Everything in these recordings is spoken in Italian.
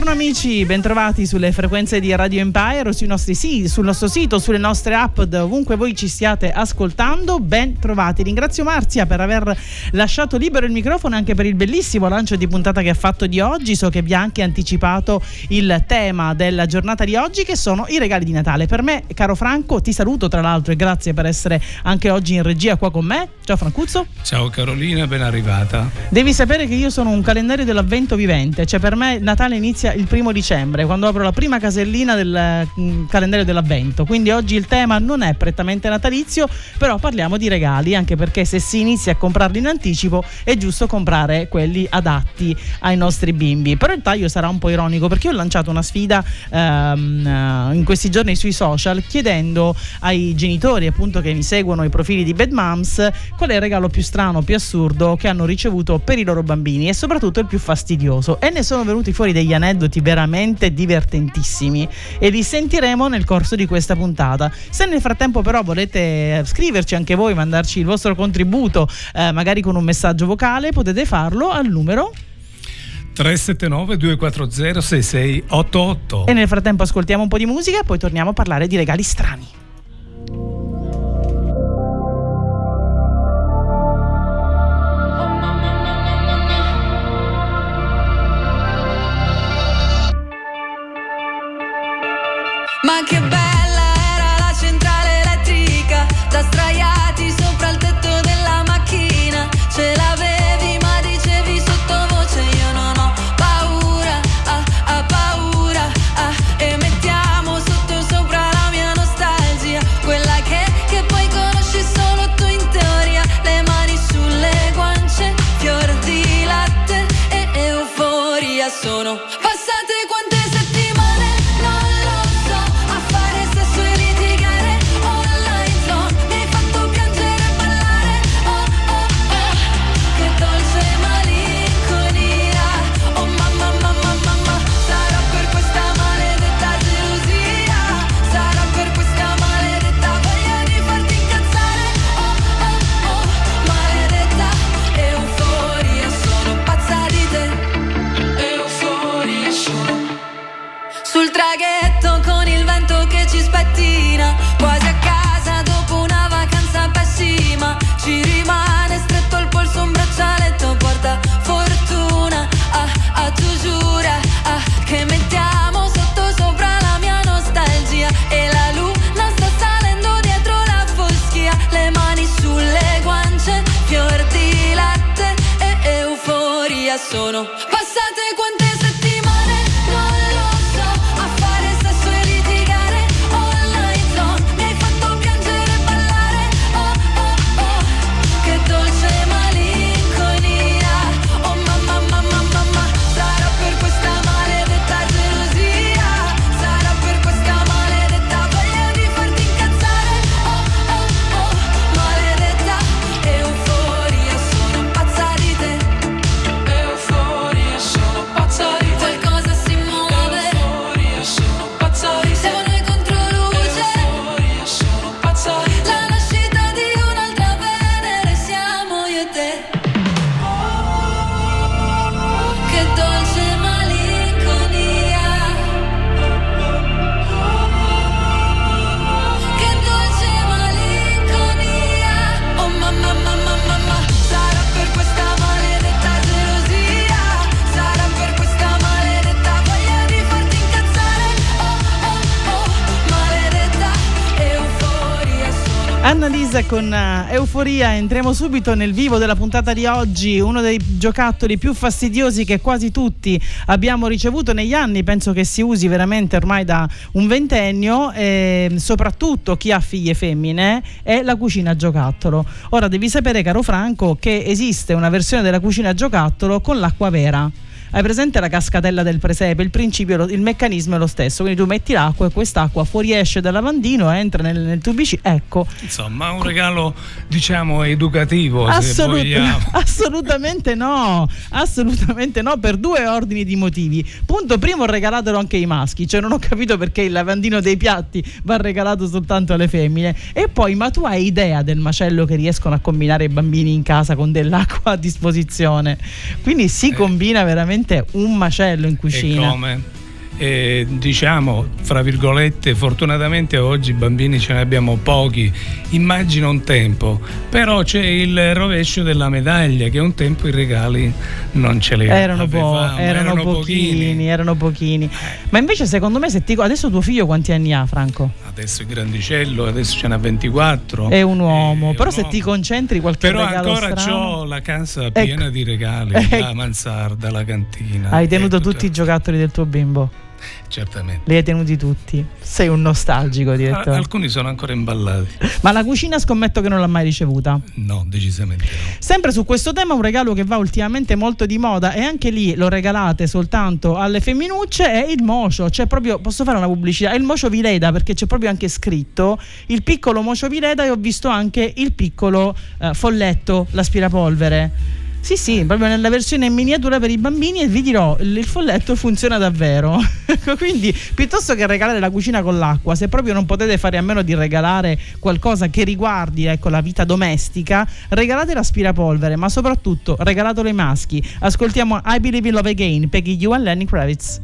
Buongiorno amici, bentrovati sulle frequenze di Radio Empire, sul nostro sito, sulle nostre app, ovunque voi ci stiate ascoltando, ben trovati. Ringrazio Marzia per aver lasciato libero il microfono anche per il bellissimo lancio di puntata che ha fatto di oggi. So che vi ha anche anticipato il tema della giornata di oggi, che sono i regali di Natale. Per me, caro Franco, ti saluto tra l'altro e grazie per essere anche oggi in regia qua con me. Ciao Francuzzo. Ciao Carolina, ben arrivata. Devi sapere che io sono un calendario dell'avvento vivente, cioè per me Natale inizia il 1° dicembre, quando apro la prima casellina del calendario dell'avvento. Quindi oggi il tema non è prettamente natalizio, però parliamo di regali, anche perché se si inizia a comprarli in anticipo è giusto comprare quelli adatti ai nostri bimbi. Però il taglio sarà un po' ironico, perché io ho lanciato una sfida in questi giorni sui social, chiedendo ai genitori appunto che mi seguono i profili di Bad Moms qual è il regalo più strano, più assurdo che hanno ricevuto per i loro bambini, e soprattutto il più fastidioso, e ne sono venuti fuori degli aneddoti veramente divertentissimi e li sentiremo nel corso di questa puntata. Se nel frattempo però volete scriverci anche voi, mandarci il vostro contributo magari con un messaggio vocale, potete farlo al numero 379 240 6688. e nel frattempo ascoltiamo un po' di musica e poi torniamo a parlare di regali strani. Ma che bella era la centrale elettrica, da sdraiati sopra il tetto della macchina. Ce l'avevi ma dicevi sottovoce io non ho paura, paura, e mettiamo sotto sopra la mia nostalgia, quella che poi conosci solo tu in teoria. Le mani sulle guance, fior di latte e euforia. Sono passate quante settimane, non lo so, a fare sesso e litigare online zone. Mi hai fatto piangere e ballare, oh oh oh, che dolce malinconia. Oh mamma, mamma, mamma, sarà per questa maledetta gelosia, sarà per questa maledetta voglia di farti incazzare, oh oh oh, maledetta euforia. Sono pazza di te, euforia sono. Sul traghetto con il vento che ci spettina, quasi a casa dopo una vacanza pessima. Ci rimane stretto al polso un braccialetto porta fortuna, tu giura, che mettiamo sotto sopra la mia nostalgia. E la luna sta salendo dietro la foschia. Le mani sulle guance, fior di latte e euforia. Sono passate quante settimane, non lo so, a fare sesso e litigare online zone. Mi hai fatto piangere e ballare, oh oh oh, che dolce malinconia. Oh mamma, mamma, mamma, sarà per questa maledetta gelosia, sarà per questa maledetta voglia di farti incazzare, oh oh oh, maledetta euforia. Sono pazza di te, euforia, sono pazza di te. Qualcosa si muove, euforia, sono pazza di te. Siamo noi contro luce, euforia, sono pazza di te. La nascita di un'altra Venere siamo io e te. Che dolce malinconia, che dolce malinconia. Oh mamma, mamma, mamma, sarà per questa maledetta gelosia, sarà per questa maledetta voglia di farti incazzare, oh oh oh, maledetta euforia. Sono Annalisa con Euforia. Entriamo subito nel vivo della puntata di oggi. Uno dei giocattoli più fastidiosi che quasi tutti abbiamo ricevuto negli anni, penso che si usi veramente ormai da un ventennio, soprattutto chi ha figlie femmine, è la cucina a giocattolo. Ora devi sapere, caro Franco, che esiste una versione della cucina a giocattolo con l'acqua vera. Hai presente la cascatella del presepe? Il principio, il meccanismo è lo stesso, quindi tu metti l'acqua e quest'acqua fuoriesce dal lavandino, entra nel tubicino, ecco. Insomma, un regalo, diciamo, educativo, se vogliamo. Assolutamente no, per 2 ordini di motivi. Punto primo, regalatelo anche ai maschi, cioè non ho capito perché il lavandino dei piatti va regalato soltanto alle femmine. E poi, ma tu hai idea del macello che riescono a combinare i bambini in casa con dell'acqua a disposizione? Quindi si combina veramente un macello in cucina. E come? diciamo, fra virgolette, fortunatamente oggi bambini ce ne abbiamo pochi, immagino un tempo, però c'è il rovescio della medaglia, che un tempo i regali non ce li erano pochini. Erano pochini. Ma invece secondo me, adesso tuo figlio quanti anni ha, Franco? Adesso è grandicello, adesso ce n'ha 24. È un uomo, però se ti concentri qualche regalo ancora strano... c'ho la casa piena di regali, la mansarda, la cantina. Hai tenuto tutti i giocattoli del tuo bimbo? Certamente. Li hai tenuti tutti? Sei un nostalgico, direttore. Alcuni sono ancora imballati. Ma la cucina scommetto che non l'ha mai ricevuta? No, decisamente no. Sempre su questo tema, un regalo che va ultimamente molto di moda, e anche lì lo regalate soltanto alle femminucce, è il mocio. C'è proprio, posso fare una pubblicità? È il mocio Vileda, perché c'è proprio anche scritto il piccolo mocio Vileda, e ho visto anche il piccolo folletto, l'aspirapolvere. Sì, proprio nella versione in miniatura per i bambini, e vi dirò, il folletto funziona davvero. Quindi, piuttosto che regalare la cucina con l'acqua, se proprio non potete fare a meno di regalare qualcosa che riguardi, ecco, la vita domestica, regalate l'aspirapolvere, ma soprattutto regalatelo ai maschi. Ascoltiamo I Believe in Love Again, Peggy Gou e Lenny Kravitz.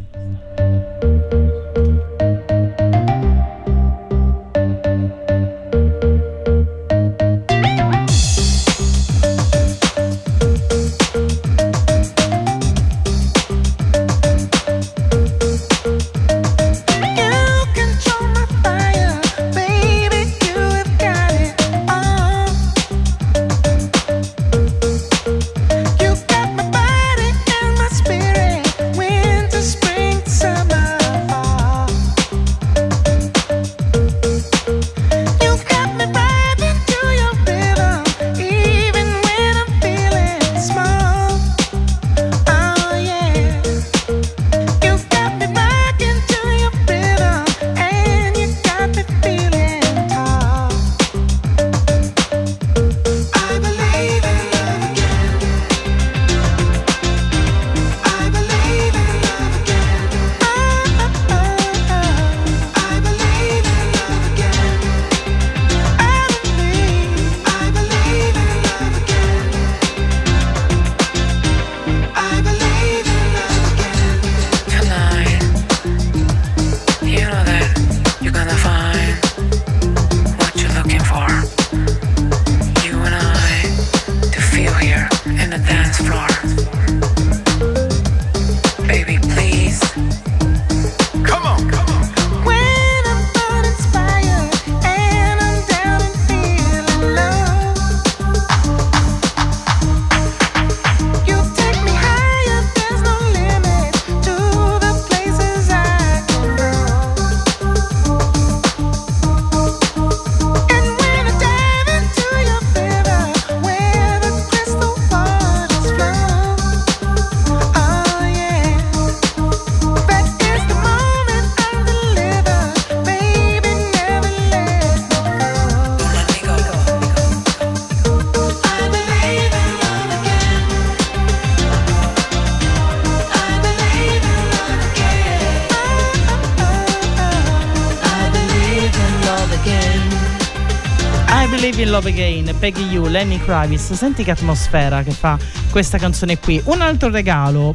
Love Again, Peggy Gou, Lenny Kravitz. Senti che atmosfera che fa questa canzone qui. Un altro regalo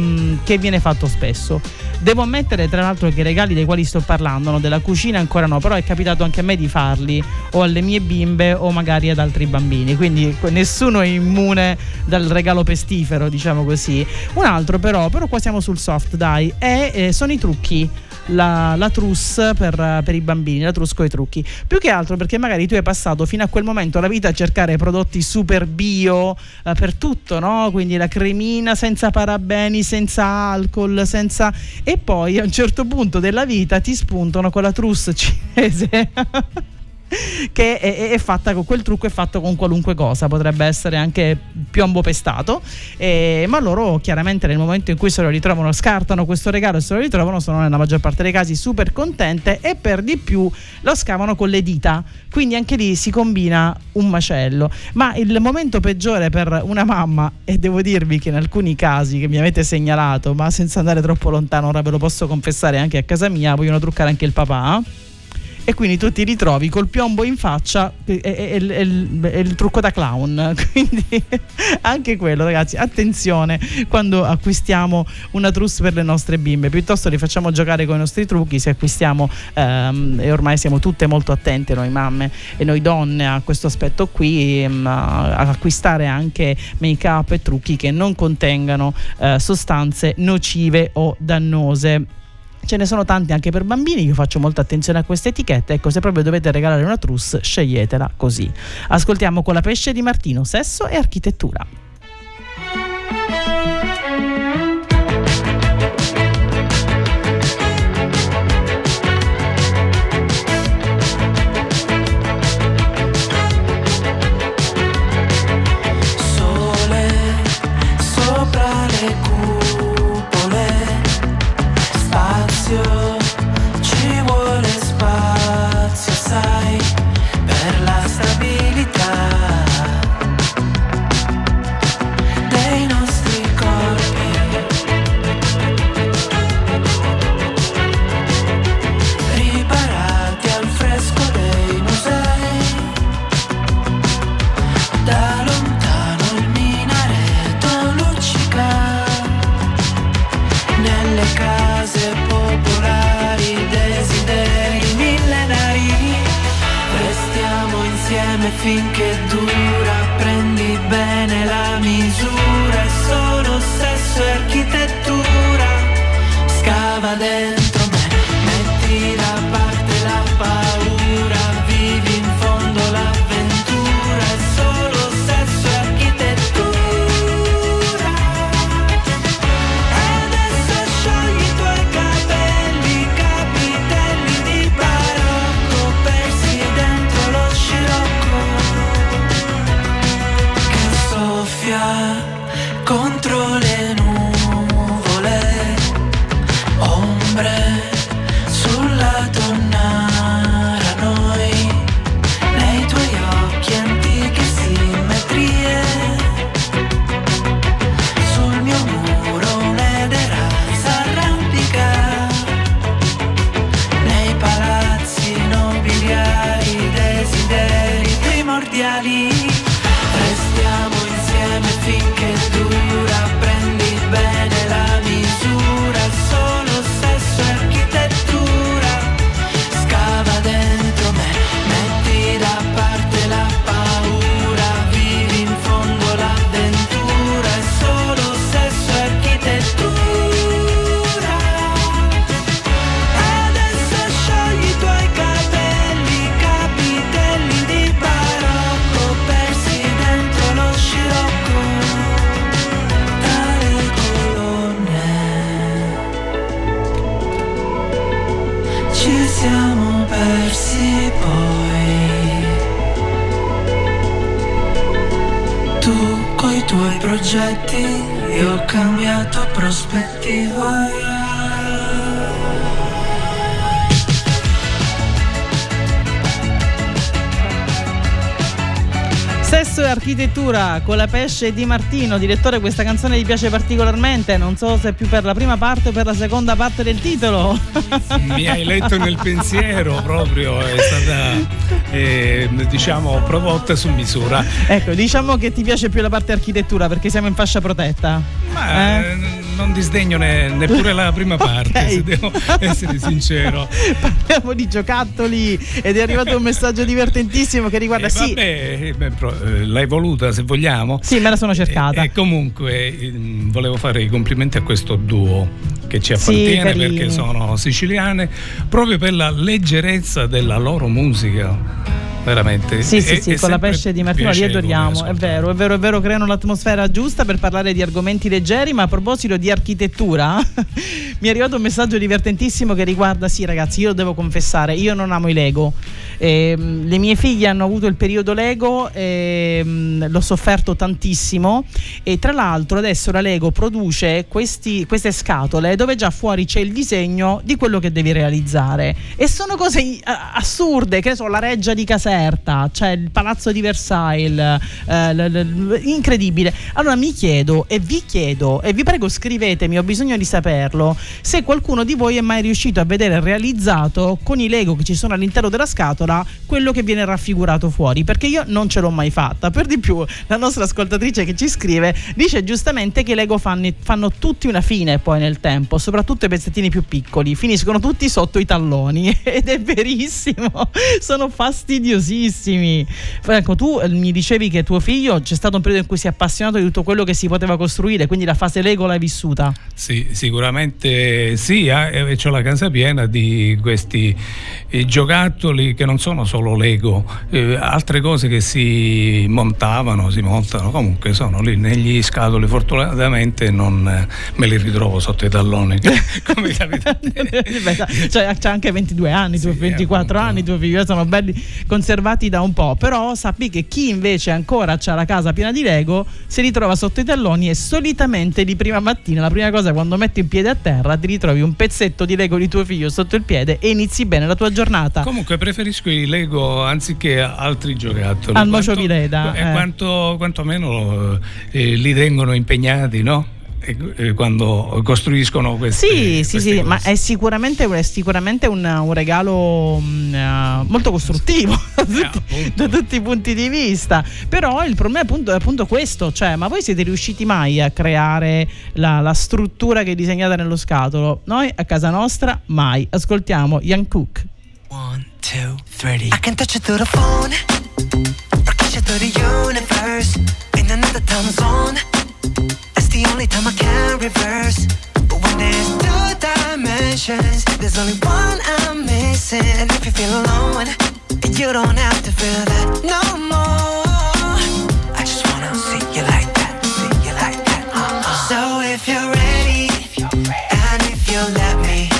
che viene fatto spesso. Devo ammettere tra l'altro che i regali dei quali sto parlando, no, della cucina ancora no, però è capitato anche a me di farli o alle mie bimbe o magari ad altri bambini, quindi nessuno è immune dal regalo pestifero, diciamo così. Un altro però qua siamo sul soft, dai, sono i trucchi. La trousse per i bambini, la trousse con i trucchi, più che altro perché magari tu hai passato fino a quel momento la vita a cercare prodotti super bio per tutto, no? Quindi la cremina senza parabeni, senza alcol, senza... e poi a un certo punto della vita ti spuntano con la trousse cinese che è fatta con quel trucco, è fatto con qualunque cosa, potrebbe essere anche piombo pestato, ma loro chiaramente nel momento in cui se lo ritrovano, scartano questo regalo e se lo ritrovano, sono nella maggior parte dei casi super contente e per di più lo scavano con le dita, quindi anche lì si combina un macello. Ma il momento peggiore per una mamma, e devo dirvi che in alcuni casi che mi avete segnalato, ma senza andare troppo lontano, ora ve lo posso confessare, anche a casa mia vogliono truccare anche il papà, e quindi tu ti ritrovi col piombo in faccia e il trucco da clown. Quindi anche quello, ragazzi, attenzione quando acquistiamo una trousse per le nostre bimbe, piuttosto li facciamo giocare con i nostri trucchi. Se acquistiamo e ormai siamo tutte molto attente, noi mamme e noi donne, a questo aspetto qui, ad acquistare anche make up e trucchi che non contengano sostanze nocive o dannose. Ce ne sono tanti anche per bambini, io faccio molta attenzione a queste etichette. Ecco, se proprio dovete regalare una trousse, sceglietela così. Ascoltiamo Con la pesce di Martino, Sesso e architettura. Ci vuole spazio, sai, per la stabilità dei nostri corpi. Riparati al fresco dei musei, da lontano il minareto luccica nelle case popolari, desideri millenari. Restiamo insieme finché dura, prendi bene la misura, è solo sesso e architettura. Scava dentro me, metti da parte la paura, vivi in fondo l'avventura, è solo sesso e architettura. Sciogli i tuoi capelli, capitelli di barocco, persi dentro lo scirocco che soffia contro le nuvole, ombre sulla tonnara, noi nei tuoi occhi antiche simmetrie, sul mio muro un'edera s'arrampica, nei palazzi nobiliari, desideri primordiali. Restiamo insieme finché dura, prendi bene la misura, solo sesso e architettura. Scava dentro me, metti da parte la paura, vivi in fondo l'avventura, è solo sesso e architettura. Adesso sciogli i tuoi capelli, capitelli di barocco, persi dentro lo scirocco tra le colonne. Ci siamo persi poi, tu coi tuoi progetti, io ho cambiato prospettiva. Sesso e architettura con la pesce di Martino. Direttore, questa canzone gli piace particolarmente, non so se è più per la prima parte o per la seconda parte del titolo. Mi hai letto nel pensiero, proprio è stata diciamo prodotta su misura. Ecco, diciamo che ti piace più la parte architettura perché siamo in fascia protetta. Ma non disdegno neppure la prima parte, Okay. se devo essere sincero. Parliamo di giocattoli ed è arrivato un messaggio divertentissimo che riguarda L'hai voluta, se vogliamo. Sì, me la sono cercata. E comunque volevo fare i complimenti a questo duo che ci appartiene, sì, perché sono siciliane, proprio per la leggerezza della loro musica. Veramente. Sì, con la pesce di Martino li adoriamo, è vero, creano l'atmosfera giusta per parlare di argomenti leggeri. Ma a proposito di architettura mi è arrivato un messaggio divertentissimo che riguarda, sì ragazzi, io devo confessare, io non amo i Lego. Le mie figlie hanno avuto il periodo Lego, l'ho sofferto tantissimo, e tra l'altro adesso la Lego produce queste scatole dove già fuori c'è il disegno di quello che devi realizzare, e sono cose assurde, che ne so, la reggia di casa Caserta, c'è il Palazzo di Versailles, incredibile. Allora mi chiedo e vi prego, scrivetemi, ho bisogno di saperlo, se qualcuno di voi è mai riuscito a vedere realizzato con i Lego che ci sono all'interno della scatola quello che viene raffigurato fuori, perché io non ce l'ho mai fatta. Per di più la nostra ascoltatrice che ci scrive dice giustamente che i Lego fanno tutti una fine poi nel tempo, soprattutto i pezzettini più piccoli, finiscono tutti sotto i talloni ed è verissimo, sono fastidiosissimi. Ecco, tu mi dicevi che tuo figlio c'è stato un periodo in cui si è appassionato di tutto quello che si poteva costruire, quindi la fase Lego l'hai vissuta? Sì, sicuramente sì, e c'ho la casa piena di questi giocattoli che non sono solo Lego, altre cose che si montano, comunque sono lì negli scatoli. Fortunatamente non me li ritrovo sotto i talloni come capita a te. Cioè, c'ha anche 22 anni, sì, 24 anni tuo figlio, sono belli conservati da un po', però sappi che chi invece ancora c'ha la casa piena di Lego si ritrova sotto i talloni, e solitamente di prima mattina la prima cosa, quando metti un piede a terra, ti ritrovi un pezzetto di Lego di tuo figlio sotto il piede e inizi bene la tua giornata. Comunque preferisco i Lego anziché altri giocattoli. Al Mocio Vileda, quantomeno li tengono impegnati, no? Quando costruiscono queste sì, ma è sicuramente un regalo molto costruttivo da tutti i punti di vista. Però il problema è appunto questo, cioè, ma voi siete riusciti mai a creare la struttura che è disegnata nello scatolo? Noi a casa nostra mai. Ascoltiamo Young Cook. 1, 2, 3. I can touch you through the phone, or catch you through the universe, in another time zone. It's the only time I can reverse. But when there's 2 dimensions, there's only one I'm missing. And if you feel alone, you don't have to feel that no more. I just wanna see you like that, see you like that. So if you're ready, and if you let me,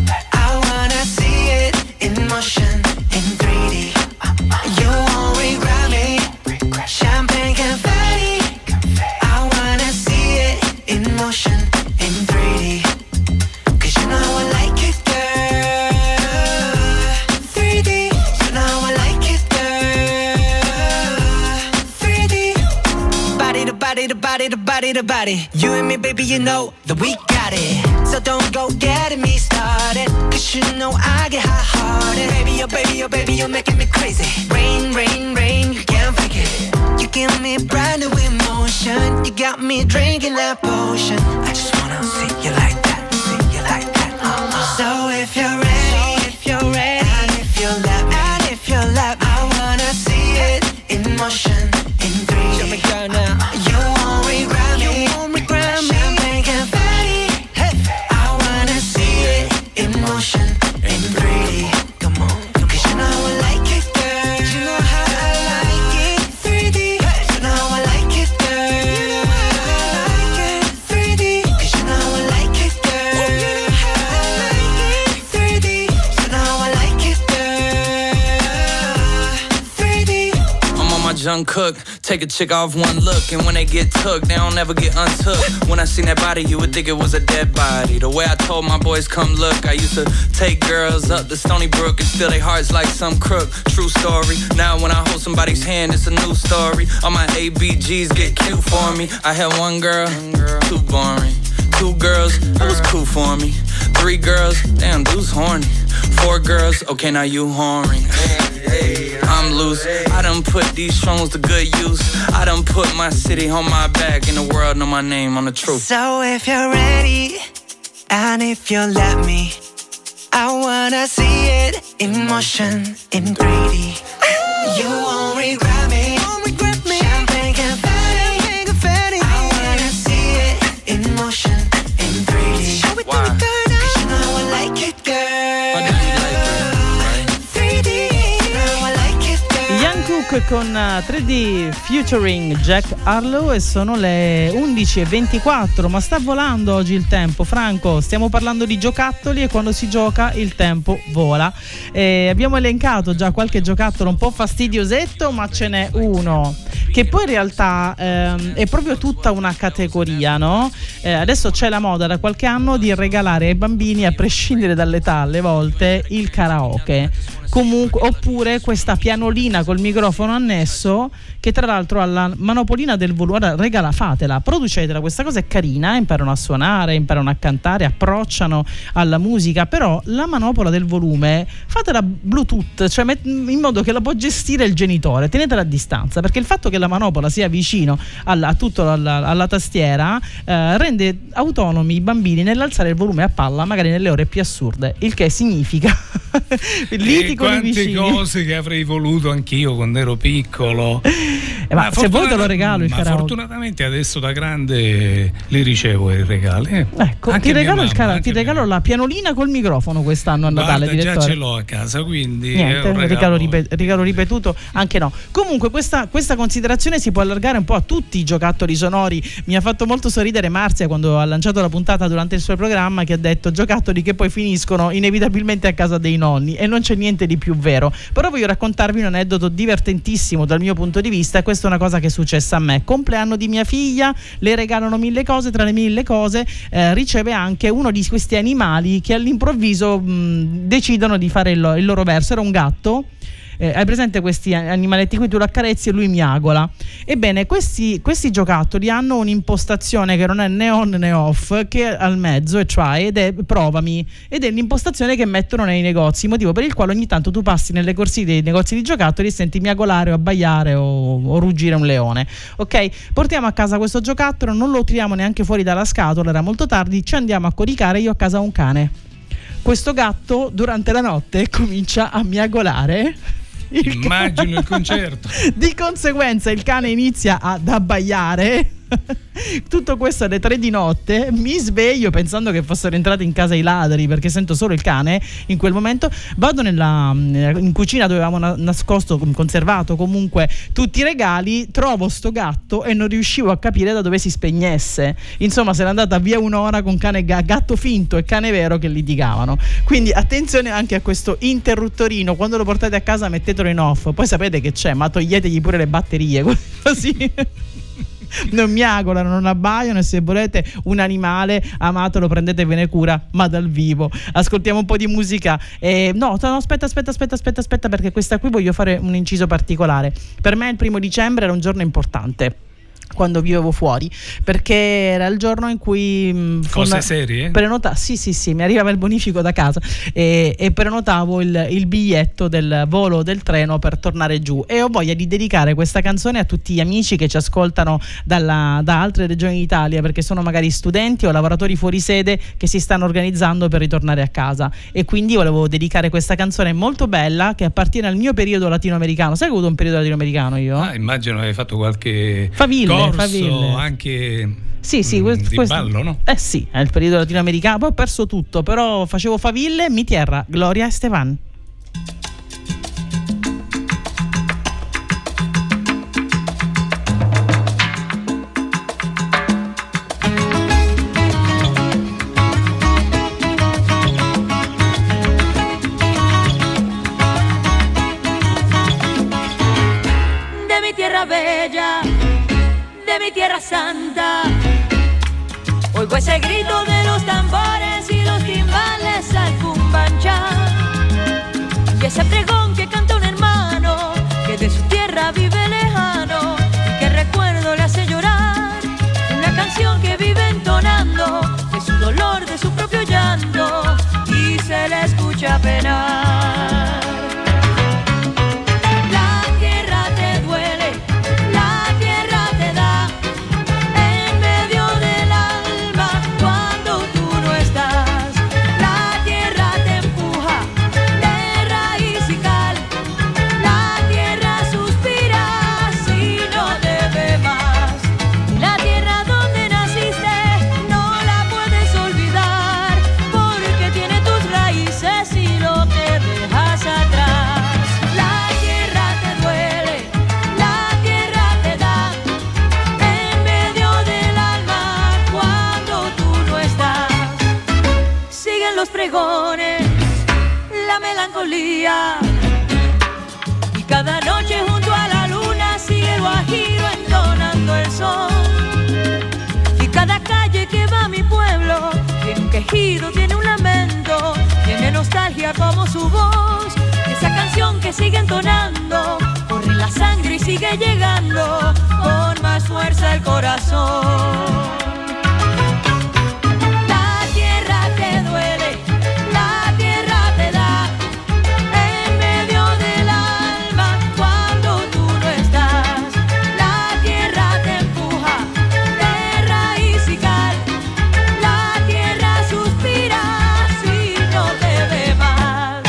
I wanna see it in motion, in 3D. You won't regret me. Champagne confetti. I wanna see it in motion, in 3D. 'Cause you know I like it, girl. 3D. You know I like it, girl. 3D. Body to body to body to body to body. You and me, baby, you know that we got it. So don't go getting me started, 'cause you know I get hot-hearted. Baby, oh baby, oh baby, you're making me crazy. Rain, rain, rain, you can't fake it. You give me brand new emotion. You got me drinking that potion. I just wanna see you like that, see you like that. So if you're ready, and if you let me, I wanna see it in motion, in 3D. Show me girl now. You won't regret me. Champagne confetti. Hey. I wanna see it in motion, in 3D. Come on, 'cause you know I like it, girl. You know how I like it, 3D. You know I like it, girl. You know how I like it, 3D. 'Cause you know I like it, girl. You know how I like it, 3D. You know I like it, girl. 3D. I'm on my Jung Cook. Take a chick off one look, and when they get took, they don't ever get untook. When I seen that body, you would think it was a dead body. The way I told my boys, come look, I used to take girls up to Stony Brook and steal their hearts like some crook. True story. Now when I hold somebody's hand, it's a new story. All my ABGs get cute for me. I had one girl, too boring. 2 girls, it was cool for me. 3 girls, damn, dude's horny. 4 girls, okay, now you horny. I'm loose, I done put these songs to good use. I done put my city on my back, and the world know my name, on the truth. So if you're ready, and if you let me, I wanna see it in motion, in 3D. You won't regret me. Champagne confetti. I wanna see it in motion, in 3D. Why? 'Cause you know I like it, girl. Why do you like it? 3D. You know I like it, girl. Young Cook con 3D featuring Jack Harlow, e sono le 11:24. Ma sta volando oggi il tempo, Franco. Stiamo parlando di giocattoli, e quando si gioca il tempo vola. Abbiamo elencato già qualche giocattolo un po' fastidiosetto, ma ce n'è uno che poi in realtà è proprio tutta una categoria, no? Adesso c'è la moda da qualche anno di regalare ai bambini, a prescindere dall'età alle volte, il karaoke. Comunque, oppure questa pianolina col microfono annesso, che tra l'altro ha la manopolina del volume. Regala, fatela, producetela, questa cosa è carina, imparano a suonare, imparano a cantare, approcciano alla musica, però la manopola del volume fatela Bluetooth, cioè in modo che la può gestire il genitore, tenetela a distanza, perché il fatto che la manopola sia vicino alla tastiera rende autonomi i bambini nell'alzare il volume a palla, magari nelle ore più assurde, il che significa liti con i vicini. Quante cose che avrei voluto anch'io quando ero piccolo. Ma se vuoi te lo regalo il karaoke. Fortunatamente adesso da grande li ricevo i regali. Ecco, ti regalo la pianolina col microfono quest'anno a Natale. Guarda, direttore. Già ce l'ho a casa, quindi niente, è un regalo ripetuto anche no. Comunque questa considerazione si può allargare un po' a tutti i giocattoli sonori. Mi ha fatto molto sorridere Marzia quando ha lanciato la puntata durante il suo programma, che ha detto giocattoli che poi finiscono inevitabilmente a casa dei nonni, e non c'è niente di più vero. Però voglio raccontarvi un aneddoto divertentissimo dal mio punto di vista, e questa è una cosa che è successa a me. Compleanno di mia figlia, le regalano 1000 cose, tra le 1000 cose riceve anche uno di questi animali che all'improvviso decidono di fare il loro verso. Era un gatto. Hai presente questi animaletti qui, tu lo accarezzi e lui miagola? Ebbene, questi giocattoli hanno un'impostazione che non è né on né off, che è al mezzo, e cioè ed è provami, ed è l'impostazione che mettono nei negozi, motivo per il quale ogni tanto tu passi nelle corsie dei negozi di giocattoli e senti miagolare o abbaiare o ruggire un leone. Ok, portiamo a casa questo giocattolo, non lo tiriamo neanche fuori dalla scatola, era molto tardi, ci andiamo a coricare. Io a casa ho un cane. Questo gatto durante la notte comincia a miagolare. Immagino il concerto. Di conseguenza il cane inizia ad abbaiare. Tutto questo alle 3 di notte. Mi sveglio pensando che fossero entrati in casa i ladri, perché sento solo il cane in quel momento. Vado in cucina dove avevamo nascosto, conservato comunque tutti i regali, trovo sto gatto e non riuscivo a capire da dove si spegnesse. Insomma, se n'è andata via un'ora con gatto finto e cane vero che litigavano. Quindi attenzione anche a questo interruttorino, quando lo portate a casa mettetelo in off, poi sapete che c'è, ma toglietegli pure le batterie, così non miagolano, non abbaiano, e se volete un animale amatelo, prendetevene cura, ma dal vivo. Ascoltiamo un po' di musica. No, aspetta, perché questa qui voglio fare un inciso particolare. Per me il 1° dicembre era un giorno importante quando vivevo fuori, perché era il giorno in cui cose serie? Sì, mi arrivava il bonifico da casa e prenotavo il biglietto del volo del treno per tornare giù, e ho voglia di dedicare questa canzone a tutti gli amici che ci ascoltano da altre regioni d'Italia, perché sono magari studenti o lavoratori fuori sede che si stanno organizzando per ritornare a casa, e quindi volevo dedicare questa canzone molto bella che appartiene al mio periodo latinoamericano. Sai che ho avuto un periodo latinoamericano io? Immagino hai fatto qualche faville anche sì, di ballo, no? Sì, è il periodo latinoamericano. Poi ho perso tutto, però facevo faville. Mi tierra Gloria Estefan. De mi tierra bella, de mi tierra santa, oigo ese grito de los tambores y los timbales al cumbanchá, y ese pregón que canta un hermano que de su tierra vive lejano y que recuerdo le hace llorar, una canción que vive entonando de su dolor, de su propio llanto, y se le escucha penar. La melancolía, y cada noche junto a la luna sigue el guajiro entonando el sol, y cada calle que va a mi pueblo tiene un quejido, tiene un lamento, tiene nostalgia como su voz, esa canción canción que sigue entonando, corre la sangre y sigue llegando con más fuerza el corazón. La tierra te duele, la tierra te da en medio del alma cuando tú no estás. La tierra te empuja de raíz y cal, la tierra suspira si no te ve más.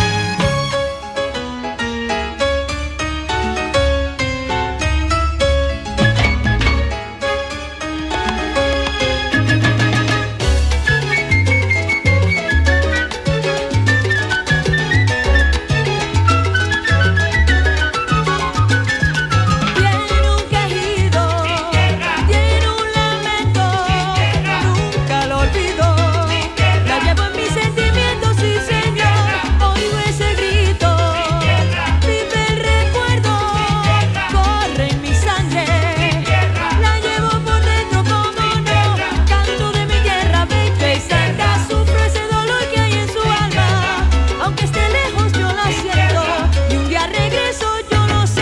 Tiene un quejido, tiene un lamento, nunca lo olvido. La llevo en mis sentimientos, sí señor, oigo ese grito. Vive el recuerdo, corre en mi sangre. La llevo por dentro, como no, canto de mi tierra bella y santa. Sufro ese dolor que hay en su alma, aunque esté lejos yo la siento. Y un día regreso, yo lo sé.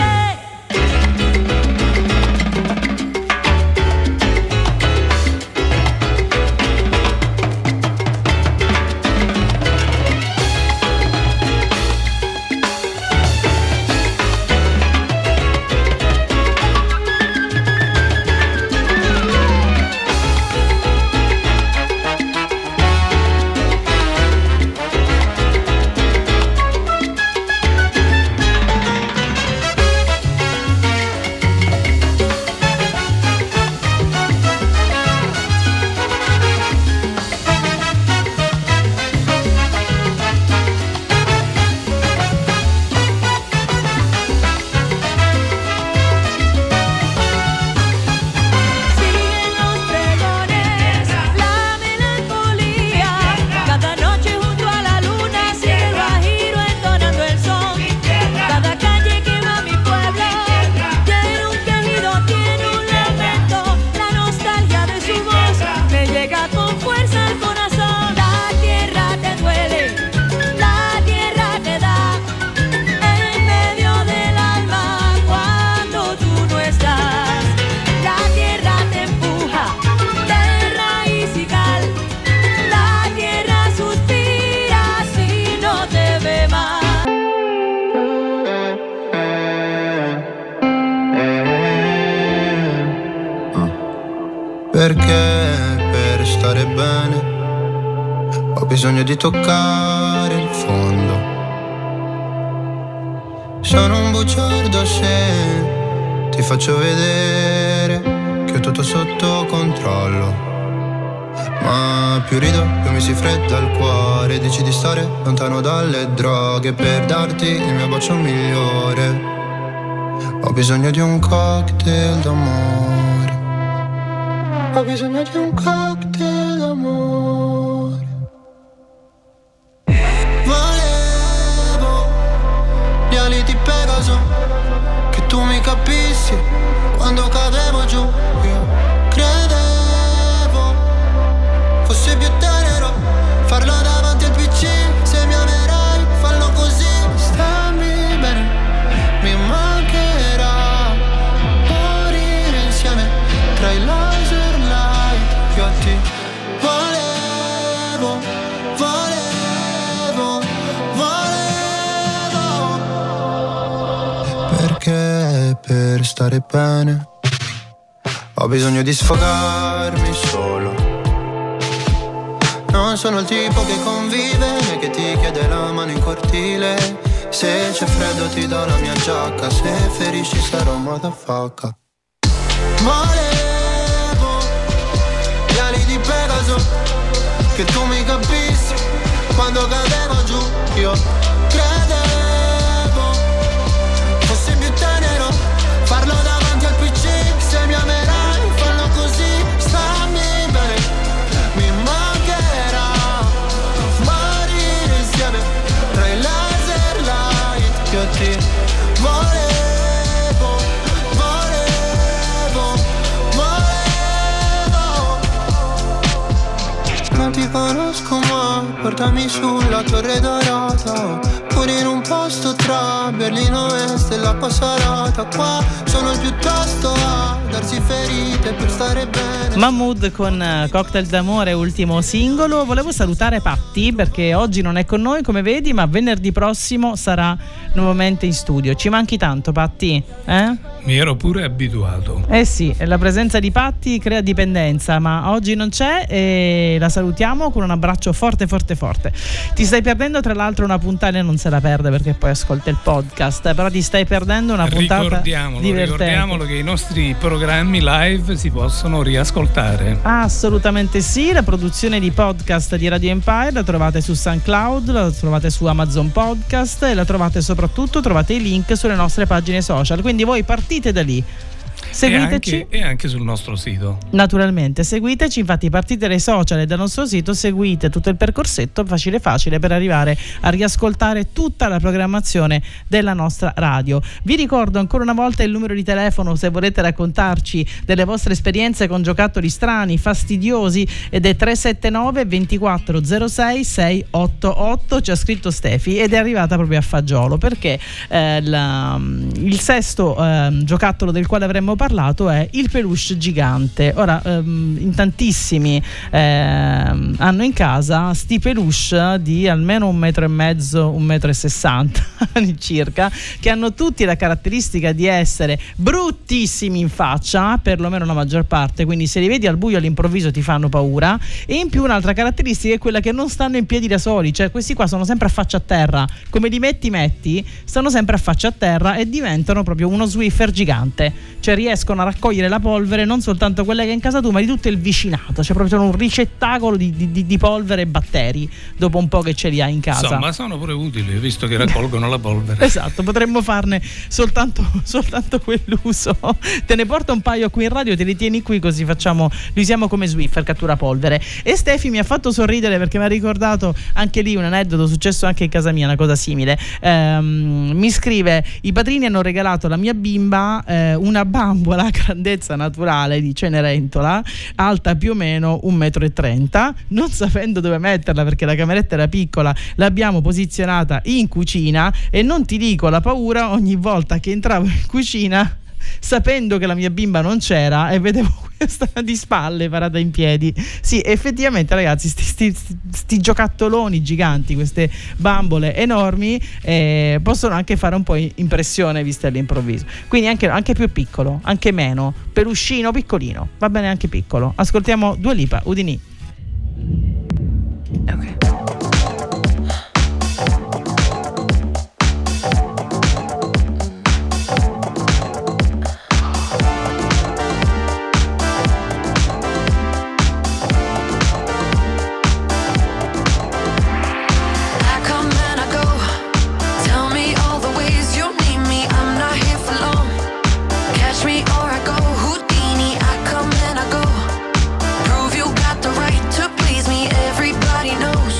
Siguen los pregones, la melancolía. Cada noche junto a la luna sigue el guajiro entonando el son. Cada calle que va a mi pueblo tiene un quejido, tiene un lamento. La nostalgia de su voz me llega con fuerza al corazón. La tierra te duele, la tierra te da en medio del alma cuando tú no estás. La tierra te empuja de raíz y cal, la tierra suspira si no te ve más. Perché per stare bene ho bisogno di toccare il fondo. Sono un bugiardo se ti faccio vedere che ho tutto sotto controllo. Ma più rido, più mi si fredda il cuore. Dici di stare lontano dalle droghe per darti il mio bacio migliore. Ho bisogno di un cocktail d'amore. Ho bisogno di un cocktail d'amore. Volevo gli ali di Pegaso, che tu mi capissi quando cadevo giù. Io credevo fosse più tenero farlo davanti al PC. Se mi amerai, fallo così. Stammi bene, mi mancherà morire insieme tra i laser light. Io a te volevo, volevo, volevo. Perché per stare bene ho bisogno di sfogarmi solo. Non sono il tipo che convive né che ti chiede la mano in cortile. Se c'è freddo ti do la mia giacca, se ferisci sarò motherfucker. Volevo gli ali di Pegaso, che tu mi capissi quando cadevo giù. Io credevo fosse più tenero farlo davanti al PC. Se mi amerai, fallo così. Stammi bene, mi mancherà morire insieme tra i laser light. Io ti volevo, volevo, volevo. Non ti conosco ma portami sulla Torre Dorata. Sono in un posto tra Berlino Est e la Passarata. Qua sono il più tosto a darsi ferite per stare bene. Mahmood con Cocktail d'amore, ultimo singolo. Volevo salutare Patti perché oggi non è con noi, come vedi, ma venerdì prossimo sarà nuovamente in studio. Ci manchi tanto, Patti? Mi ero pure abituato. Eh sì, la presenza di Patti crea dipendenza, ma oggi non c'è e la salutiamo con un abbraccio forte forte forte. Ti stai perdendo tra l'altro una puntata, non se la perde perché poi ascolta il podcast, però ti stai perdendo una puntata divertente. Ricordiamolo che i nostri programmi live si possono riascoltare. Assolutamente sì, la produzione di podcast di Radio Empire la trovate su SoundCloud, la trovate su Amazon Podcast e la trovate soprattutto, trovate i link sulle nostre pagine social, quindi voi partite da lì. Seguiteci e anche sul nostro sito. Naturalmente, seguiteci, infatti partite dai social e dal nostro sito, seguite tutto il percorsetto facile per arrivare a riascoltare tutta la programmazione della nostra radio. Vi ricordo ancora una volta il numero di telefono se volete raccontarci delle vostre esperienze con giocattoli strani, fastidiosi, ed è 379 2406 688. Ci ha scritto Stefi ed è arrivata proprio a fagiolo perché il sesto giocattolo del quale avremmo parlato è il peluche gigante. Ora in tantissimi hanno in casa sti peluche di almeno 1,5 metri, 1,60 metri circa, che hanno tutti la caratteristica di essere bruttissimi in faccia, perlomeno la maggior parte, quindi se li vedi al buio all'improvviso ti fanno paura, e in più un'altra caratteristica è quella che non stanno in piedi da soli, cioè questi qua sono sempre a faccia a terra, come li metti stanno sempre a faccia a terra e diventano proprio uno Swiffer gigante, cioè riescono a raccogliere la polvere, non soltanto quella che è in casa tua, ma di tutto il vicinato, cioè proprio un ricettacolo di polvere e batteri dopo un po' che ce li hai in casa. Insomma, sono pure utili visto che raccolgono la polvere. Esatto, potremmo farne soltanto quell'uso. Te ne porto un paio qui in radio, te li tieni qui così li usiamo come Swiffer, cattura polvere. E Stefi mi ha fatto sorridere perché mi ha ricordato anche lì un aneddoto successo anche in casa mia, una cosa simile. Mi scrive: i padrini hanno regalato alla mia bimba una bambola a grandezza naturale di Cenerentola, alta più o meno 1,30 m, non sapendo dove metterla perché la cameretta era piccola, l'abbiamo posizionata in cucina e non ti dico la paura ogni volta che entravo in cucina sapendo che la mia bimba non c'era e vedevo questa di spalle parata in piedi. Sì, effettivamente ragazzi, sti giocattoloni giganti, queste bambole enormi possono anche fare un po' impressione viste all'improvviso, quindi anche più piccolo, anche meno, peluscino piccolino, va bene anche piccolo. Ascoltiamo Dua Lipa, Udini. Ok. Prove you got the right to please me. Everybody knows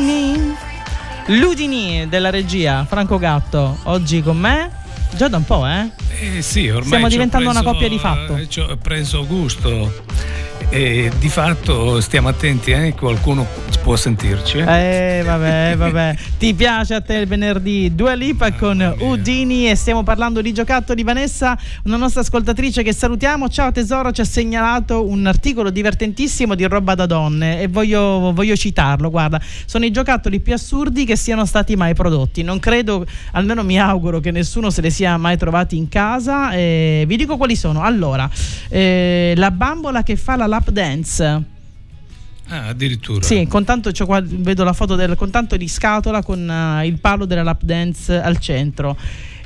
Ludini della regia, Franco Gatto, oggi con me, già da un po', sì, ormai stiamo diventando una coppia di fatto. Ci ho preso gusto e di fatto stiamo attenti, qualcuno può sentirci. Vabbè. Ti piace a te il venerdì? Dua Lipa con Udini, e stiamo parlando di giocattoli. Vanessa, una nostra ascoltatrice che salutiamo, ciao tesoro, ci ha segnalato un articolo divertentissimo di Roba da donne e voglio citarlo. Guarda, sono i giocattoli più assurdi che siano stati mai prodotti. Non credo, almeno mi auguro, che nessuno se li sia mai trovati in casa. Vi dico quali sono. Allora, la bambola che fa la lap dance. Addirittura. Sì, con tanto vedo la foto con tanto di scatola con il palo della lap dance al centro.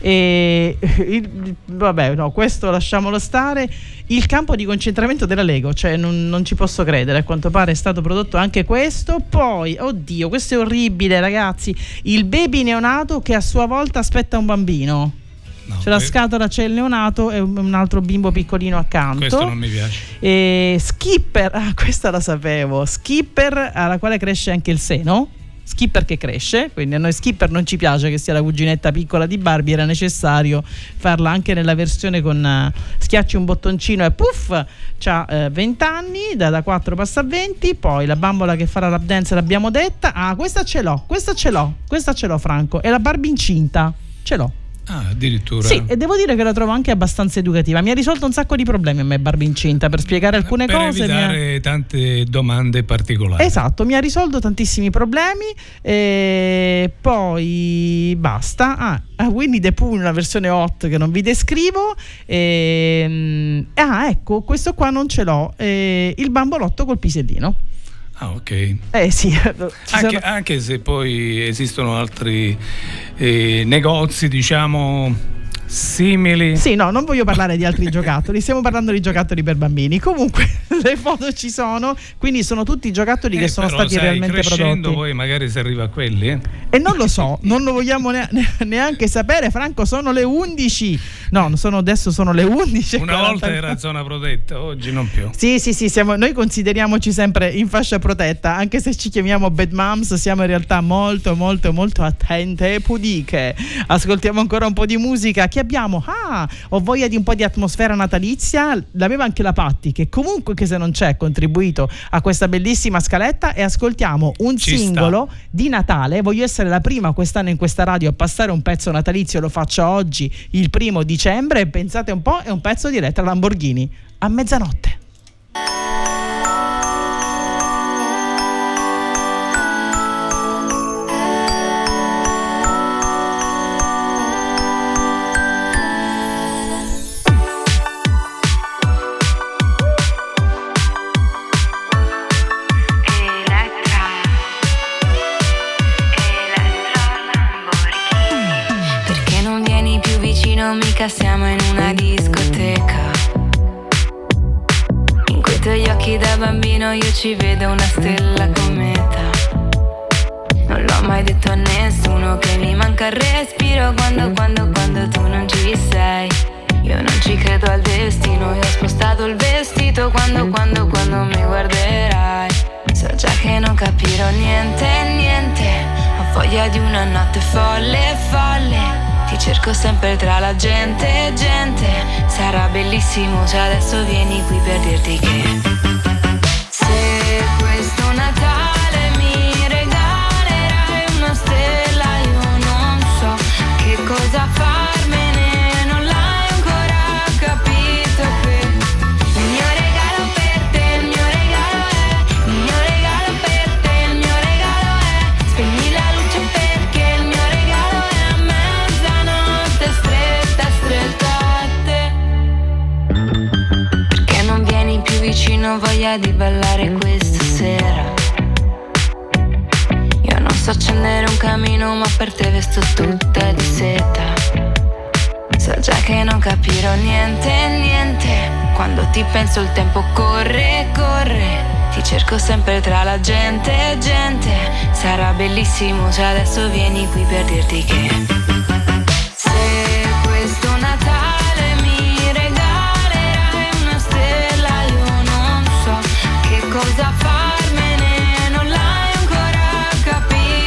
Vabbè, no, questo lasciamolo stare. Il campo di concentramento della Lego, cioè non ci posso credere, a quanto pare è stato prodotto anche questo. Poi, oddio, questo è orribile, ragazzi, il baby neonato che a sua volta aspetta un bambino. C'è la scatola, c'è il neonato e un altro bimbo piccolino accanto. Questo non mi piace. Skipper, questa la sapevo. Skipper, alla quale cresce anche il seno. Skipper che cresce, quindi a noi Skipper non ci piace che sia la cuginetta piccola di Barbie, era necessario farla anche nella versione con schiacci un bottoncino e puff, c'ha 20 anni, da 4 passa a 20. Poi la bambola che fa la lap dance l'abbiamo detta. Questa ce l'ho Franco, è la Barbie incinta, ce l'ho. Addirittura. Sì, e devo dire che la trovo anche abbastanza educativa. Mi ha risolto un sacco di problemi a me Barbie incinta, per spiegare alcune cose. Per evitare tante domande particolari. Esatto, mi ha risolto tantissimi problemi. Poi basta. Winnie the Pooh, una versione hot che non vi descrivo. Ecco, questo qua non ce l'ho. Il bambolotto col pisellino. Ok. Sì. Anche se poi esistono altri negozi, diciamo, simili. Sì, no, non voglio parlare di altri giocattoli, stiamo parlando di giocattoli per bambini. Comunque le foto ci sono, quindi sono tutti giocattoli che sono stati realmente prodotti. Poi magari si arriva a quelli. E non lo so, non lo vogliamo neanche sapere, Franco, sono le 11. No, adesso sono le 11. Una volta era zona protetta, oggi non più. Sì, noi consideriamoci sempre in fascia protetta, anche se ci chiamiamo Bad Moms, siamo in realtà molto molto molto attente e pudiche. Ascoltiamo ancora un po' di musica. Chi abbiamo? Ho voglia di un po' di atmosfera natalizia. L'aveva anche la Patti, che comunque, che se non c'è, ha contribuito a questa bellissima scaletta. E ascoltiamo un singolo di Natale. Voglio essere la prima quest'anno in questa radio a passare un pezzo natalizio, lo faccio oggi, il 1 dicembre, e pensate un po', è un pezzo di Elettra Lamborghini, A mezzanotte. Mica siamo in una discoteca. In quei tuoi occhi da bambino io ci vedo una stella cometa. Non l'ho mai detto a nessuno che mi manca il respiro quando tu non ci sei. Io non ci credo al destino, io ho spostato il vestito quando mi guarderai. So già che non capirò niente, ho voglia di una notte folle. Ti cerco sempre tra la gente. Sarà bellissimo se adesso vieni qui per dirti che se questo Natale mi regalerai una stella, io non so che cosa farmene, non l'hai ancora capito che il mio regalo per te, il mio regalo è, il mio regalo per te, il mio regalo è, spegni la luce perché il mio regalo è a mezzanotte stretta a te. Perché non vieni più vicino, voglia di ballare questa sera. Io non so accendere un camino, ma per te vesto tutta di seta. So già che non capirò niente. Quando ti penso il tempo corre. Ti cerco sempre tra la gente. Sarà bellissimo se adesso vieni qui per dirti che se questo Natale mi regalerai una stella, io non so che cosa farmene, non l'hai ancora capito.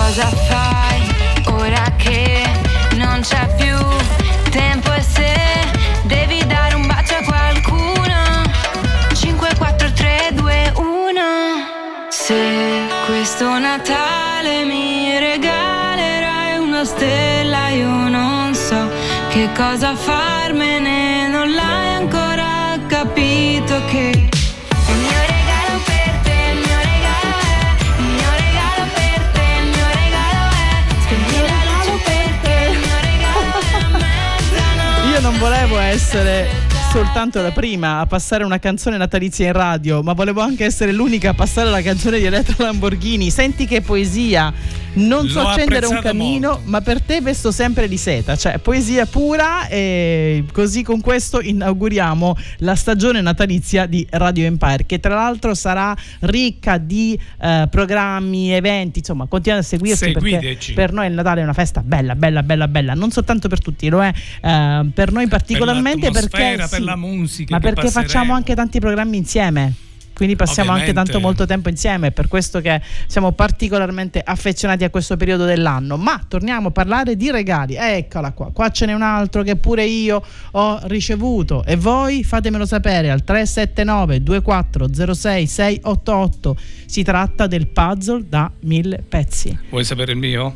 cosa fai ora che non c'è più tempo e se devi dare un bacio a qualcuno? 5, 4, 3, 2, 1. Se questo Natale mi regalerai una stella, io non so che cosa farmene, non l'hai ancora capito che il mio regalo per te, il mio regalo è, il mio regalo per te, il mio regalo è, spegni la luce perché il mio regalo è a mezzanotte. Io non volevo essere soltanto la prima a passare una canzone natalizia in radio, ma volevo anche essere l'unica a passare la canzone di Elettra Lamborghini. Senti che poesia. Non so accendere un camino, molto. Ma per te vesto sempre di seta, cioè poesia pura. E così con questo inauguriamo la stagione natalizia di Radio Empire, che tra l'altro sarà ricca di programmi, eventi, insomma continuate a seguirci perché per noi il Natale è una festa bella, bella, bella, bella, non soltanto per tutti, lo è per noi particolarmente perché per la musica, ma perché facciamo anche tanti programmi insieme. Quindi passiamo anche tanto molto tempo insieme, è per questo che siamo particolarmente affezionati a questo periodo dell'anno. Ma torniamo a parlare di regali. Eccola qua ce n'è un altro che pure io ho ricevuto e voi fatemelo sapere al 379 2406 688. Si tratta del puzzle da 1000 pezzi. Vuoi sapere il mio?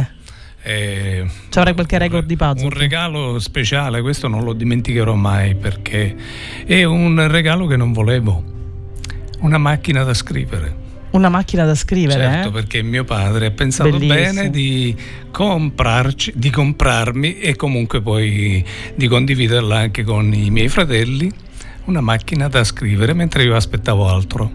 Ci avrei qualche record di puzzle. Un regalo speciale, questo non lo dimenticherò mai perché è un regalo che non volevo. Una macchina da scrivere. Una macchina da scrivere? Certo, perché mio padre ha pensato bene di comprarmi e comunque poi di condividerla anche con i miei fratelli, una macchina da scrivere mentre io aspettavo altro.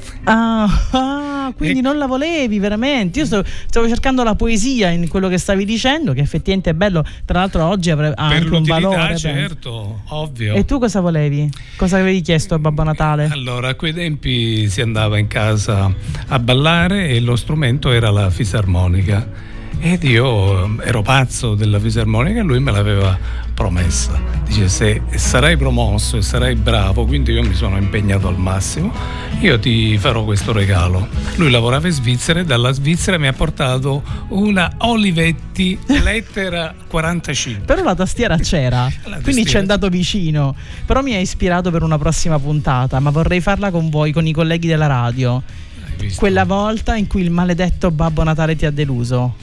Quindi non la volevi veramente. Io stavo cercando la poesia in quello che stavi dicendo, che effettivamente è bello. Tra l'altro oggi ha anche un valore. Certo, ovvio. E tu cosa volevi? Cosa avevi chiesto a Babbo Natale? Allora, a quei tempi si andava in casa a ballare e lo strumento era la fisarmonica. Ed io ero pazzo della fisarmonica e lui me l'aveva promessa. Dice: se sarai promosso e sarai bravo, quindi io mi sono impegnato al massimo, io ti farò questo regalo. Lui lavorava in Svizzera e dalla Svizzera mi ha portato una Olivetti Lettera 45. Però la tastiera c'era, quindi ci è andato vicino. Però mi ha ispirato per una prossima puntata, ma vorrei farla con voi, con i colleghi della radio. Quella volta in cui il maledetto Babbo Natale ti ha deluso.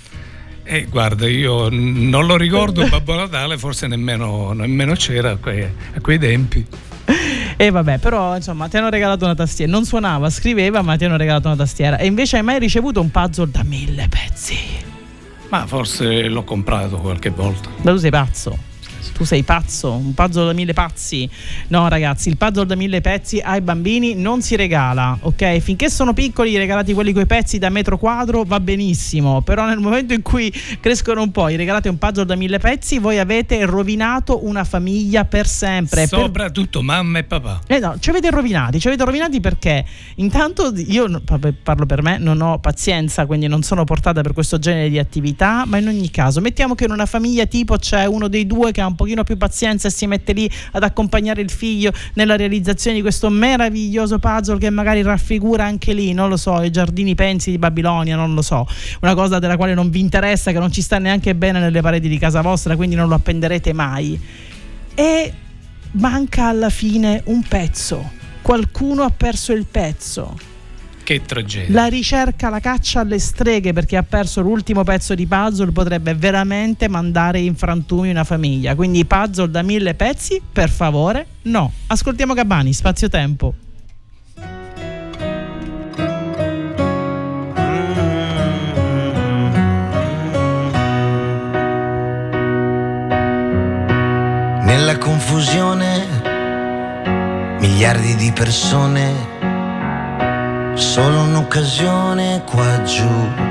Guarda, io non lo ricordo Babbo Natale, forse nemmeno c'era a quei tempi. E vabbè, però insomma ti hanno regalato una tastiera. Non suonava, scriveva, ma ti hanno regalato una tastiera. E invece hai mai ricevuto un puzzle da 1000 pezzi? Ma forse l'ho comprato qualche volta. Ma tu sei pazzo? Tu sei pazzo? Un puzzle da 1000 pezzi? No ragazzi, il puzzle da 1000 pezzi ai bambini non si regala, ok? Finché sono piccoli, regalati quelli coi pezzi da metro quadro va benissimo, però nel momento in cui crescono un po', regalate un puzzle da 1000 pezzi, voi avete rovinato una famiglia per sempre. Soprattutto mamma e papà. No, ci avete rovinati perché intanto io parlo per me, non ho pazienza, quindi non sono portata per questo genere di attività, ma in ogni caso mettiamo che in una famiglia tipo c'è uno dei due che ha un pochino più pazienza e si mette lì ad accompagnare il figlio nella realizzazione di questo meraviglioso puzzle che magari raffigura anche lì, non lo so, i giardini pensi di Babilonia, non lo so, una cosa della quale non vi interessa, che non ci sta neanche bene nelle pareti di casa vostra, quindi non lo appenderete mai. E manca alla fine un pezzo, qualcuno ha perso il pezzo. Che tragedia. La ricerca, la caccia alle streghe perché ha perso l'ultimo pezzo di puzzle potrebbe veramente mandare in frantumi una famiglia. Quindi puzzle da 1000 pezzi, per favore, no. Ascoltiamo Gabbani, Spazio Tempo. Nella confusione, miliardi di persone, solo un'occasione qua giù,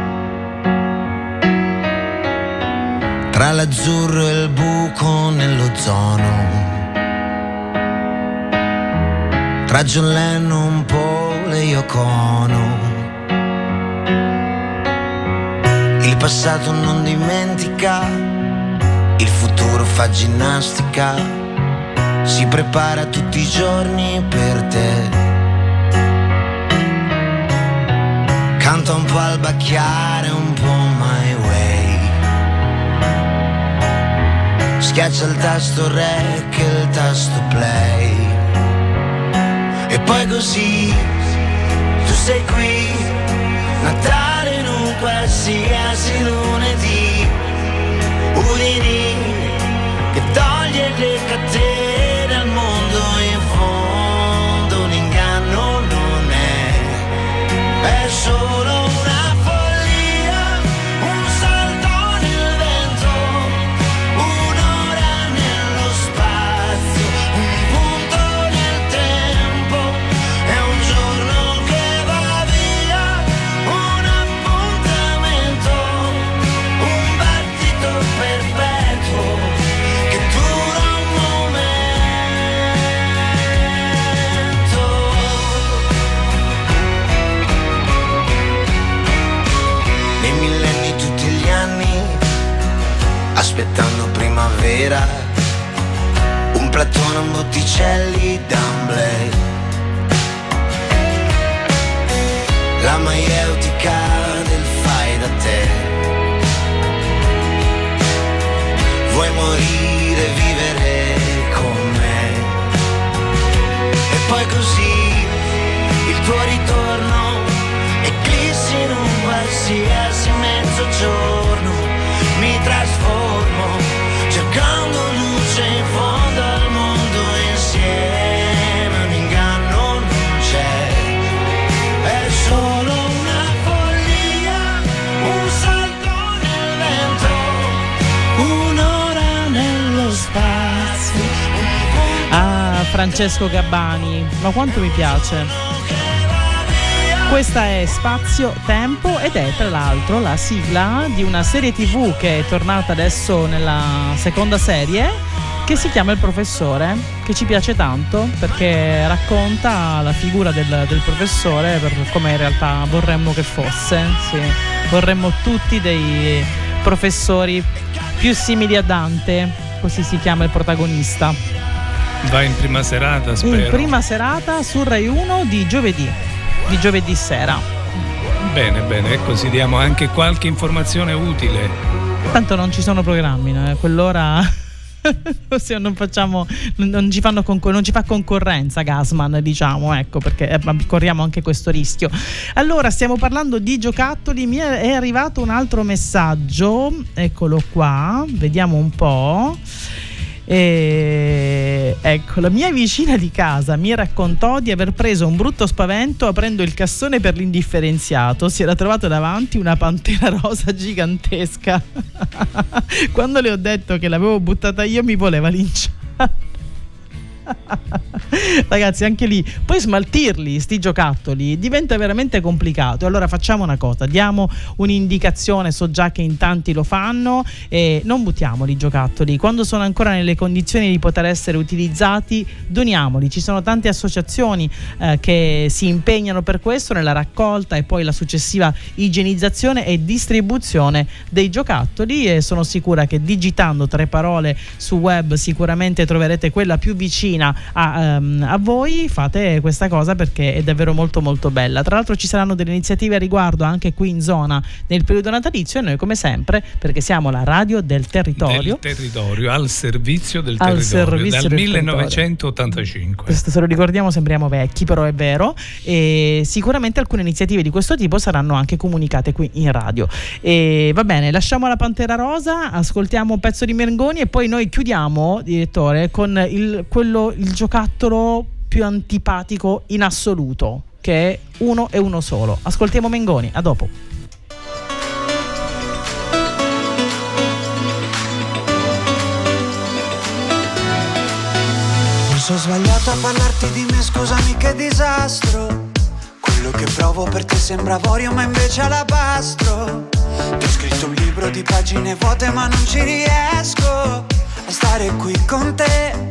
tra l'azzurro e il buco nell'ozono, tra John Lennon, Paul e Yoko Ono. Il passato non dimentica, il futuro fa ginnastica, si prepara tutti i giorni per te. canta un po' al bacchiare, un po' my way. Schiaccia il tasto rec e il tasto play. E poi così tu sei qui, Natale in un qualsiasi lunedì. Udini che toglie le catene al mondo, in fondo un inganno non è solo una follia, un salto nel vento, un'ora nello spazio, un punto nel tempo, è un giorno che va via, un appuntamento, un battito perpetuo che dura un momento. Nei millenni tutti gli anni, aspettando primavera, un platone, un Botticelli, d'amblè, la maieutica del fai da te. Vuoi morire, vivere con me. E poi così il tuo ritorno eclissi in un qualsiasi mezzogiorno. Mi trasformo cercando luce in fondo al mondo, insieme un inganno non c'è, è solo una follia, un salto nel vento, un'ora nello spazio. Ah, Francesco Gabbani, ma quanto mi piace. Questa è Spazio Tempo ed è tra l'altro la sigla di una serie TV che è tornata adesso nella seconda serie, che si chiama Il Professore, che ci piace tanto perché racconta la figura del professore per come in realtà vorremmo che fosse. Sì, vorremmo tutti dei professori più simili a Dante, così si chiama il protagonista. Va in prima serata, spero. In prima serata su Rai 1 di giovedì sera. Bene, bene, ecco, ci diamo anche qualche informazione utile. Tanto non ci sono programmi, no? A quell'ora non ci fa concorrenza Gasman, diciamo, ecco, perché corriamo anche questo rischio. Allora, stiamo parlando di giocattoli, mi è arrivato un altro messaggio, eccolo qua, vediamo un po'. Ecco, la mia vicina di casa mi raccontò di aver preso un brutto spavento aprendo il cassone per l'indifferenziato. Si era trovato davanti una pantera rosa gigantesca. Quando le ho detto che l'avevo buttata io mi voleva linciare. Ragazzi, anche lì poi smaltirli sti giocattoli diventa veramente complicato. Allora facciamo una cosa, diamo un'indicazione, so già che in tanti lo fanno, e non buttiamoli i giocattoli. Quando sono ancora nelle condizioni di poter essere utilizzati, doniamoli. Ci sono tante associazioni che si impegnano per questo, nella raccolta e poi la successiva igienizzazione e distribuzione dei giocattoli, e sono sicura che digitando 3 parole su web sicuramente troverete quella più vicina a voi. Fate questa cosa perché è davvero molto molto bella. Tra l'altro ci saranno delle iniziative a riguardo anche qui in zona nel periodo natalizio, e noi come sempre, perché siamo la radio del territorio, al servizio del territorio dal 1985. Questo, se lo ricordiamo, sembriamo vecchi, però è vero, e sicuramente alcune iniziative di questo tipo saranno anche comunicate qui in radio. E va bene, lasciamo la Pantera Rosa, ascoltiamo un pezzo di Mengoni e poi noi chiudiamo, direttore, con il giocattolo più antipatico in assoluto, che è uno e uno solo. Ascoltiamo Mengoni, a dopo. Forse ho sbagliato a parlarti di me, scusami che disastro. Quello che provo per te sembra avorio ma invece è alabastro. Ti ho scritto un libro di pagine vuote ma non ci riesco a stare qui con te.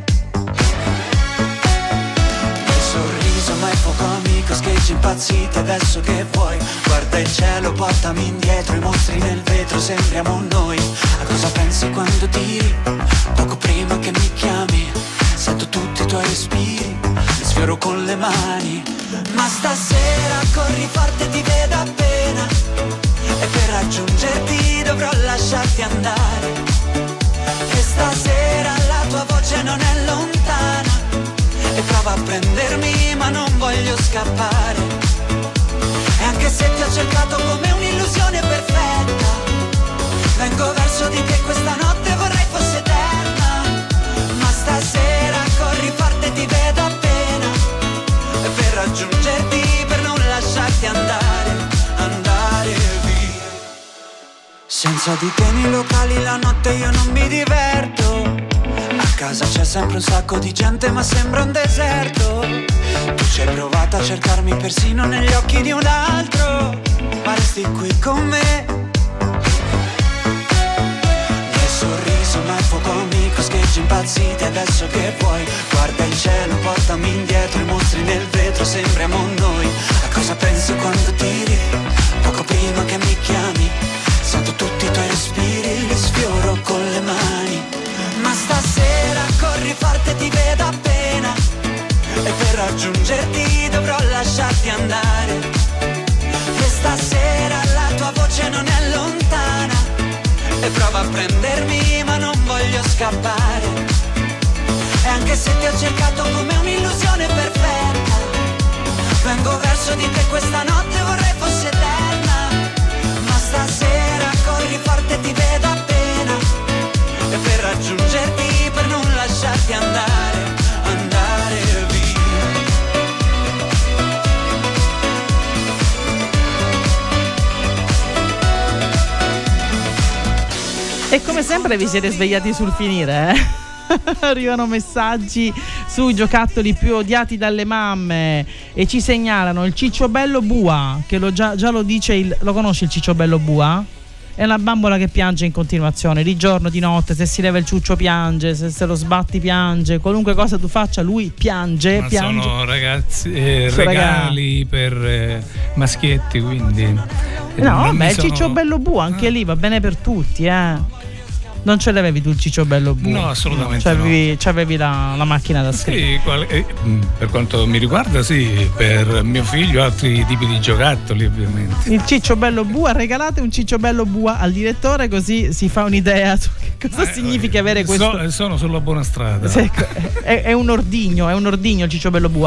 Ma è poco amico, sketch impazzito, adesso che vuoi? Guarda il cielo, portami indietro, i mostri nel vetro, sembriamo noi. A cosa pensi quando tiri? Poco prima che mi chiami, sento tutti i tuoi respiri, li sfioro con le mani. Ma stasera corri forte, ti vedo appena pena, e per raggiungerti dovrò lasciarti andare. E stasera la tua voce non è lontana, e prova a prendermi ma non voglio scappare. E anche se ti ho cercato come un'illusione perfetta, vengo verso di te questa notte, vorrei fosse eterna. Ma stasera corri forte, ti vedo appena, e per raggiungerti, per non lasciarti andare, andare via. Senza di te nei locali la notte io non mi diverto. A casa c'è sempre un sacco di gente ma sembra un deserto. Tu ci hai provato a cercarmi persino negli occhi di un altro, ma resti qui con me. Nel sorriso ma il fuoco amico, scheggi impazziti adesso che vuoi. Guarda il cielo, portami indietro, i mostri nel vetro, sembriamo noi. A cosa pensi quando tiri? Poco prima che mi chiami, sento tutti i tuoi respiri, li sfioro con le mani. Ma stasera corri forte, ti vedo appena, e per raggiungerti dovrò lasciarti andare. E stasera la tua voce non è lontana, e prova a prendermi ma non voglio scappare. E anche se ti ho cercato come un'illusione perfetta, vengo verso di te questa notte, vorrei fosse eterna. Ma stasera corri forte, ti vedo appena, e per raggiungerti, per non lasciarti andare, andare via. E come sempre vi siete svegliati sul finire, eh? Arrivano messaggi sui giocattoli più odiati dalle mamme e ci segnalano il cicciobello bua, che già lo dice lo conosci il cicciobello bua? È una bambola che piange in continuazione, di giorno, di notte, se si leva il ciuccio piange, se lo sbatti piange, qualunque cosa tu faccia lui piange. Ma piange. Sono regali per maschietti, quindi no, vabbè, il cicciobello bua anche lì va bene per tutti, Non ce l'avevi tu il cicciobello blu? No, assolutamente no. C'avevi la macchina da scrivere? Sì, per quanto mi riguarda sì, per mio figlio altri tipi di giocattoli ovviamente. Il cicciobello bua, regalate un cicciobello bua al direttore così si fa un'idea su che cosa significa avere questo. Sono sulla buona strada. È un ordigno il cicciobello bua.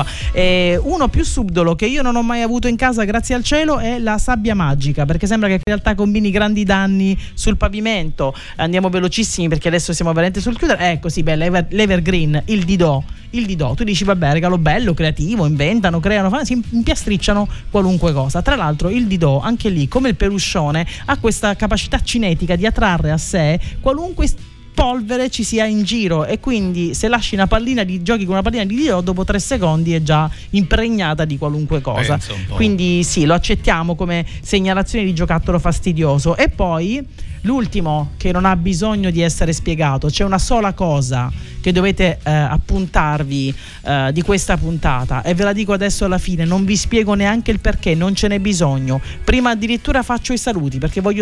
Uno più subdolo che io non ho mai avuto in casa, grazie al cielo, è la sabbia magica, perché sembra che in realtà combini grandi danni sul pavimento. Andiamo velocissimi perché adesso siamo veramente sul chiudere. Ecco, sì, l'Evergreen, il Didò. Tu dici vabbè, regalo bello, creativo, inventano, creano, si impiastricciano qualunque cosa. Tra l'altro il Didò, anche lì come il peluscione, ha questa capacità cinetica di attrarre a sé qualunque polvere ci sia in giro, e quindi se lasci giochi con una pallina di Didò, dopo 3 secondi è già impregnata di qualunque cosa. Quindi sì, lo accettiamo come segnalazione di giocattolo fastidioso. E poi l'ultimo, che non ha bisogno di essere spiegato, c'è una sola cosa che dovete appuntarvi di questa puntata, e ve la dico adesso alla fine, non vi spiego neanche il perché, non ce n'è bisogno. Prima addirittura faccio i saluti, perché voglio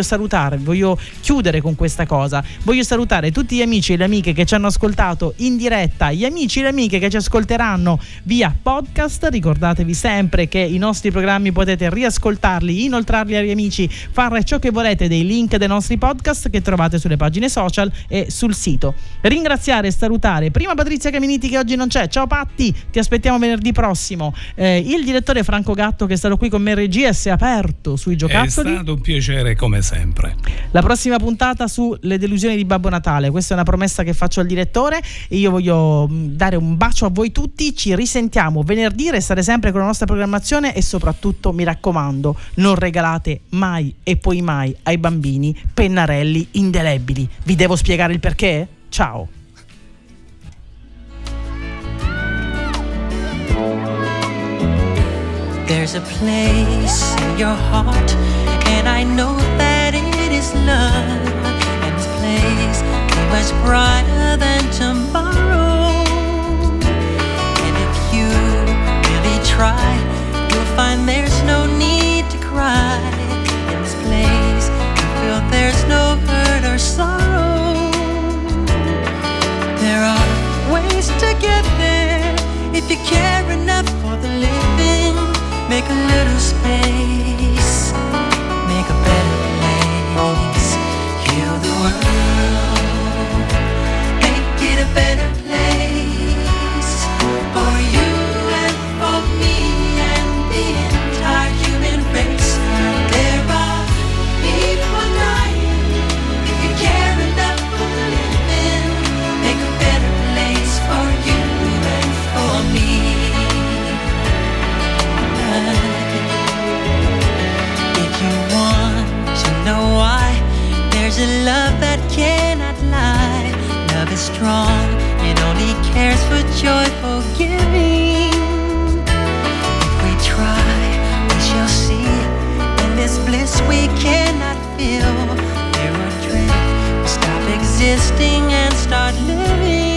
chiudere con questa cosa. Voglio salutare tutti gli amici e le amiche che ci hanno ascoltato in diretta, gli amici e le amiche che ci ascolteranno via podcast. Ricordatevi sempre che i nostri programmi potete riascoltarli, inoltrarli agli amici, fare ciò che volete dei link dei nostri podcast che trovate sulle pagine social e sul sito. Ringraziare e salutare prima Patrizia Caminiti, che oggi non c'è. Ciao Patti, ti aspettiamo venerdì prossimo. Il direttore Franco Gatto, che è stato qui con me in regia e si è aperto sui giocattoli. È stato un piacere come sempre. La prossima puntata sulle delusioni di Babbo Natale, questa è una promessa che faccio al direttore, e io voglio dare un bacio a voi tutti. Ci risentiamo venerdì, restate sempre con la nostra programmazione, e soprattutto mi raccomando, non regalate mai e poi mai ai bambini pennarelli indelebili. Vi devo spiegare il perché? Ciao. There's a place in your heart, and I know that it is love, and this place is much brighter than tomorrow. And if you really try, you'll find there's no need to cry. In this place, you feel there's no hurt or sorrow. There are ways to get there if you care enough for the living. Make a little space strong and only cares for joyful giving. If we try, we shall see. In this bliss we cannot feel. Fear or dread, we stop existing and start living.